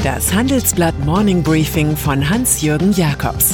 Das Handelsblatt Morning Briefing von Hans-Jürgen Jakobs.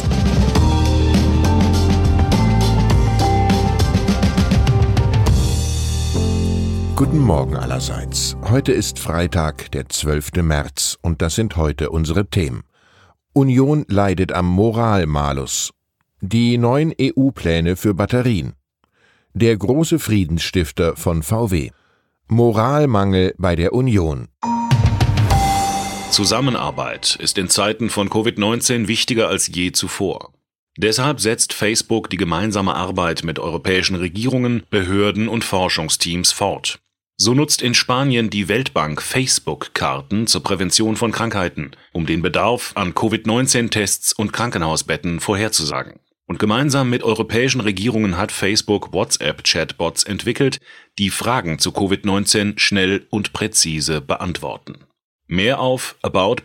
Guten Morgen allerseits. Heute ist Freitag, der 12. März, und das sind heute unsere Themen. Union leidet am Moralmalus. Die neuen EU-Pläne für Batterien. Der große Friedensstifter von VW. Moralmangel bei der Union. Zusammenarbeit ist in Zeiten von Covid-19 wichtiger als je zuvor. Deshalb setzt Facebook die gemeinsame Arbeit mit europäischen Regierungen, Behörden und Forschungsteams fort. So nutzt in Spanien die Weltbank Facebook-Karten zur Prävention von Krankheiten, um den Bedarf an Covid-19-Tests und Krankenhausbetten vorherzusagen. Und gemeinsam mit europäischen Regierungen hat Facebook WhatsApp-Chatbots entwickelt, die Fragen zu Covid-19 schnell und präzise beantworten. Mehr auf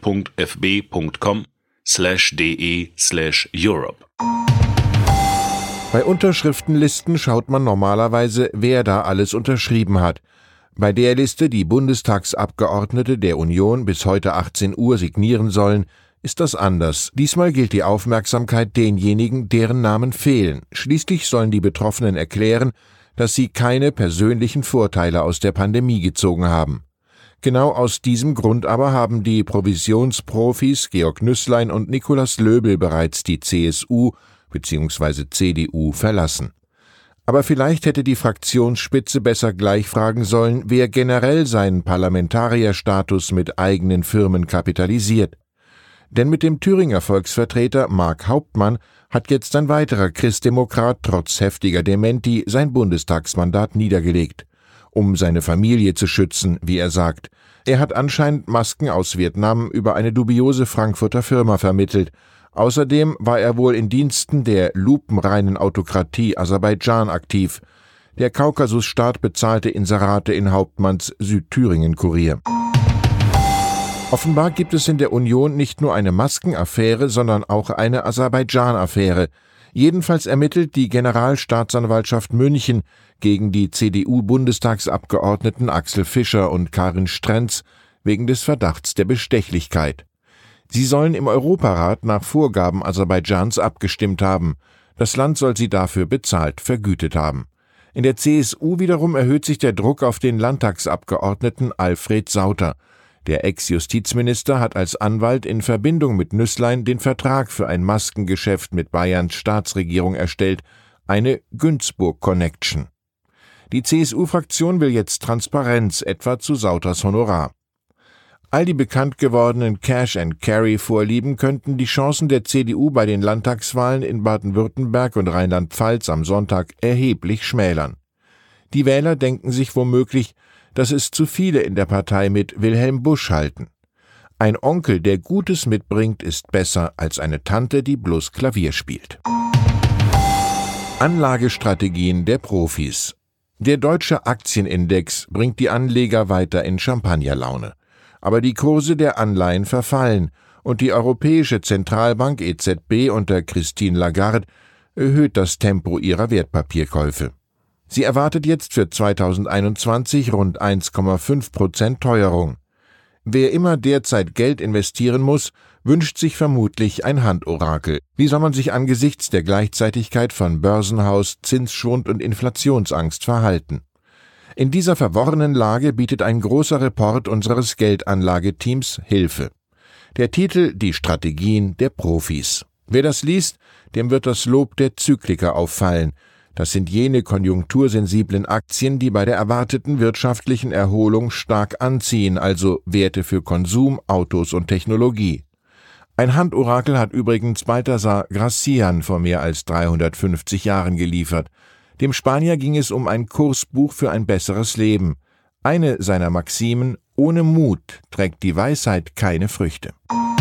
about.fb.com/de/Europe. Bei Unterschriftenlisten schaut man normalerweise, wer da alles unterschrieben hat. Bei der Liste, die Bundestagsabgeordnete der Union bis heute 18 Uhr signieren sollen, ist das anders. Diesmal gilt die Aufmerksamkeit denjenigen, deren Namen fehlen. Schließlich sollen die Betroffenen erklären, dass sie keine persönlichen Vorteile aus der Pandemie gezogen haben. Genau aus diesem Grund aber haben die Provisionsprofis Georg Nüßlein und Nikolaus Löbel bereits die CSU bzw. CDU verlassen. Aber vielleicht hätte die Fraktionsspitze besser gleich fragen sollen, wer generell seinen Parlamentarierstatus mit eigenen Firmen kapitalisiert. Denn mit dem Thüringer Volksvertreter Marc Hauptmann hat jetzt ein weiterer Christdemokrat trotz heftiger Dementi sein Bundestagsmandat niedergelegt. Um seine Familie zu schützen, wie er sagt. Er hat anscheinend Masken aus Vietnam über eine dubiose Frankfurter Firma vermittelt. Außerdem war er wohl in Diensten der lupenreinen Autokratie Aserbaidschan aktiv. Der Kaukasusstaat bezahlte Inserate in Hauptmanns Südthüringen-Kurier. Offenbar gibt es in der Union nicht nur eine Maskenaffäre, sondern auch eine Aserbaidschan-Affäre. Jedenfalls ermittelt die Generalstaatsanwaltschaft München gegen die CDU-Bundestagsabgeordneten Axel Fischer und Karin Strenz wegen des Verdachts der Bestechlichkeit. Sie sollen im Europarat nach Vorgaben Aserbaidschans abgestimmt haben. Das Land soll sie dafür bezahlt vergütet haben. In der CSU wiederum erhöht sich der Druck auf den Landtagsabgeordneten Alfred Sauter. Der Ex-Justizminister hat als Anwalt in Verbindung mit Nüßlein den Vertrag für ein Maskengeschäft mit Bayerns Staatsregierung erstellt, eine Günzburg-Connection. Die CSU-Fraktion will jetzt Transparenz, etwa zu Sauters Honorar. All die bekannt gewordenen Cash-and-Carry-Vorlieben könnten die Chancen der CDU bei den Landtagswahlen in Baden-Württemberg und Rheinland-Pfalz am Sonntag erheblich schmälern. Die Wähler denken sich womöglich, dass es zu viele in der Partei mit Wilhelm Busch halten. Ein Onkel, der Gutes mitbringt, ist besser als eine Tante, die bloß Klavier spielt. Anlagestrategien der Profis. Der deutsche Aktienindex bringt die Anleger weiter in Champagnerlaune. Aber die Kurse der Anleihen verfallen und die Europäische Zentralbank EZB unter Christine Lagarde erhöht das Tempo ihrer Wertpapierkäufe. Sie erwartet jetzt für 2021 rund 1,5% Teuerung. Wer immer derzeit Geld investieren muss, wünscht sich vermutlich ein Handorakel. Wie soll man sich angesichts der Gleichzeitigkeit von Börsenhaus, Zinsschwund und Inflationsangst verhalten? In dieser verworrenen Lage bietet ein großer Report unseres Geldanlageteams Hilfe. Der Titel »Die Strategien der Profis«. Wer das liest, dem wird das Lob der Zykliker auffallen. Das sind jene konjunktursensiblen Aktien, die bei der erwarteten wirtschaftlichen Erholung stark anziehen, also Werte für Konsum, Autos und Technologie. Ein Handorakel hat übrigens Balthasar Gracian vor mehr als 350 Jahren geliefert. Dem Spanier ging es um ein Kursbuch für ein besseres Leben. Eine seiner Maximen: Ohne Mut trägt die Weisheit keine Früchte.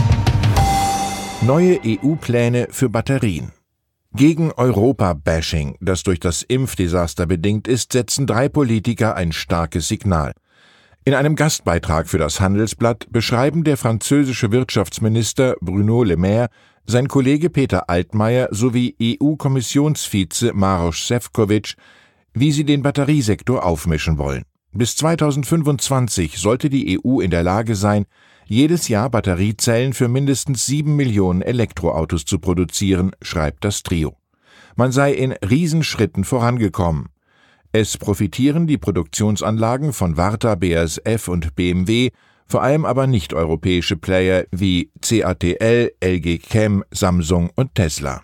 Neue EU-Pläne für Batterien. Gegen Europa-Bashing, das durch das Impfdesaster bedingt ist, setzen 3 Politiker ein starkes Signal. In einem Gastbeitrag für das Handelsblatt beschreiben der französische Wirtschaftsminister Bruno Le Maire, sein Kollege Peter Altmaier sowie EU-Kommissionsvize Maroš Šefčovič, wie sie den Batteriesektor aufmischen wollen. Bis 2025 sollte die EU in der Lage sein, jedes Jahr Batteriezellen für mindestens 7 Millionen Elektroautos zu produzieren, schreibt das Trio. Man sei in Riesenschritten vorangekommen. Es profitieren die Produktionsanlagen von Varta, BASF und BMW, vor allem aber nicht-europäische Player wie CATL, LG Chem, Samsung und Tesla.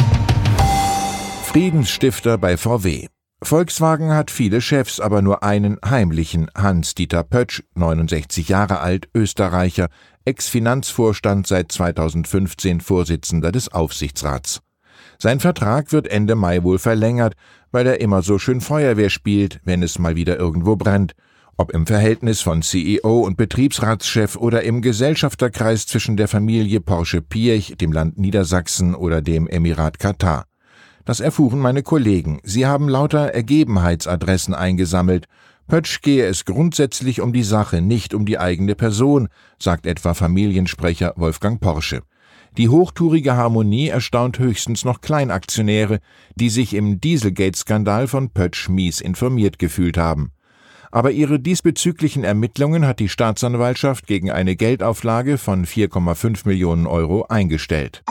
Friedensstifter bei VW. Volkswagen hat viele Chefs, aber nur einen heimlichen, Hans-Dieter Pötsch, 69 Jahre alt, Österreicher, Ex-Finanzvorstand, seit 2015 Vorsitzender des Aufsichtsrats. Sein Vertrag wird Ende Mai wohl verlängert, weil er immer so schön Feuerwehr spielt, wenn es mal wieder irgendwo brennt, ob im Verhältnis von CEO und Betriebsratschef oder im Gesellschafterkreis zwischen der Familie Porsche-Piech, dem Land Niedersachsen oder dem Emirat Katar. Das erfuhren meine Kollegen. Sie haben lauter Ergebenheitsadressen eingesammelt. Pötsch gehe es grundsätzlich um die Sache, nicht um die eigene Person, sagt etwa Familiensprecher Wolfgang Porsche. Die hochtourige Harmonie erstaunt höchstens noch Kleinaktionäre, die sich im Dieselgate-Skandal von Pötsch mies informiert gefühlt haben. Aber ihre diesbezüglichen Ermittlungen hat die Staatsanwaltschaft gegen eine Geldauflage von 4,5 Millionen Euro eingestellt.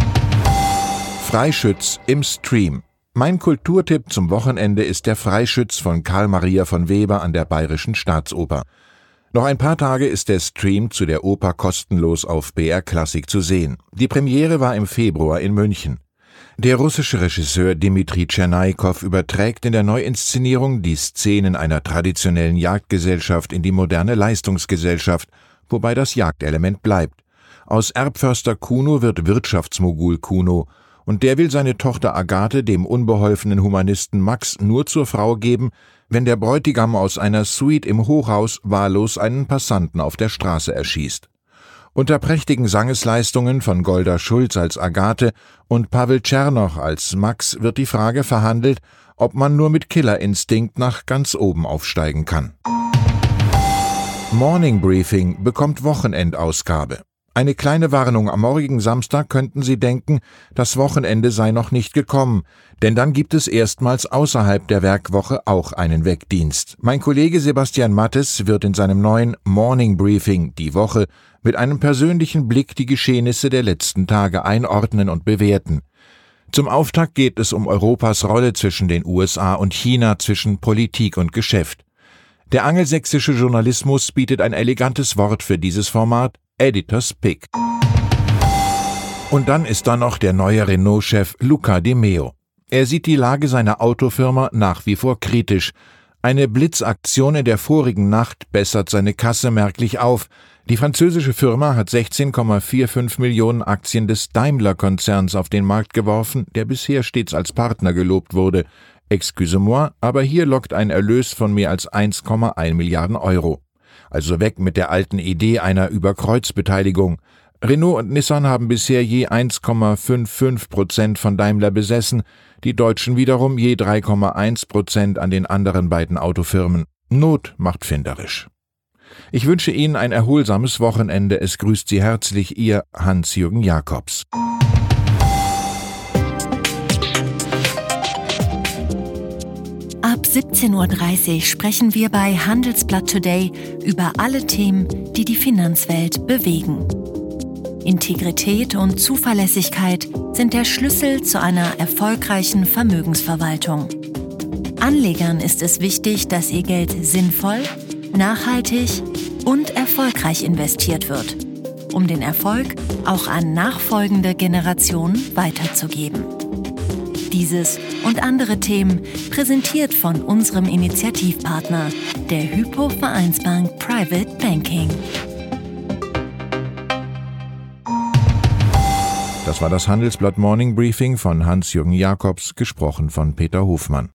Freischütz im Stream. Mein Kulturtipp zum Wochenende ist der Freischütz von Karl Maria von Weber an der Bayerischen Staatsoper. Noch ein paar Tage ist der Stream zu der Oper kostenlos auf BR Klassik zu sehen. Die Premiere war im Februar in München. Der russische Regisseur Dmitri Tschernaikow überträgt in der Neuinszenierung die Szenen einer traditionellen Jagdgesellschaft in die moderne Leistungsgesellschaft, wobei das Jagdelement bleibt. Aus Erbförster Kuno wird Wirtschaftsmogul Kuno, und der will seine Tochter Agathe dem unbeholfenen Humanisten Max nur zur Frau geben, wenn der Bräutigam aus einer Suite im Hochhaus wahllos einen Passanten auf der Straße erschießt. Unter prächtigen Sangesleistungen von Golda Schulz als Agathe und Pavel Tschernoch als Max wird die Frage verhandelt, ob man nur mit Killerinstinkt nach ganz oben aufsteigen kann. Morning Briefing bekommt Wochenendausgabe. Eine kleine Warnung: am morgigen Samstag könnten Sie denken, das Wochenende sei noch nicht gekommen, denn dann gibt es erstmals außerhalb der Werkwoche auch einen Wegdienst. Mein Kollege Sebastian Mattes wird in seinem neuen Morning Briefing die Woche mit einem persönlichen Blick die Geschehnisse der letzten Tage einordnen und bewerten. Zum Auftakt geht es um Europas Rolle zwischen den USA und China, zwischen Politik und Geschäft. Der angelsächsische Journalismus bietet ein elegantes Wort für dieses Format: Editor's Pick. Und dann ist da noch der neue Renault-Chef Luca de Meo. Er sieht die Lage seiner Autofirma nach wie vor kritisch. Eine Blitzaktion in der vorigen Nacht bessert seine Kasse merklich auf. Die französische Firma hat 16,45 Millionen Aktien des Daimler-Konzerns auf den Markt geworfen, der bisher stets als Partner gelobt wurde. Excusez-moi, aber hier lockt ein Erlös von mehr als 1,1 Milliarden Euro. Also weg mit der alten Idee einer Überkreuzbeteiligung. Renault und Nissan haben bisher je 1,55% von Daimler besessen, die Deutschen wiederum je 3,1% an den anderen beiden Autofirmen. Not macht finderisch. Ich wünsche Ihnen ein erholsames Wochenende. Es grüßt Sie herzlich Ihr Hans-Jürgen Jakobs. Ab 17:30 Uhr sprechen wir bei Handelsblatt Today über alle Themen, die die Finanzwelt bewegen. Integrität und Zuverlässigkeit sind der Schlüssel zu einer erfolgreichen Vermögensverwaltung. Anlegern ist es wichtig, dass ihr Geld sinnvoll, nachhaltig und erfolgreich investiert wird, um den Erfolg auch an nachfolgende Generationen weiterzugeben. Dieses und andere Themen präsentiert von unserem Initiativpartner, der Hypo Vereinsbank Private Banking. Das war das Handelsblatt Morning Briefing von Hans-Jürgen Jakobs, gesprochen von Peter Hofmann.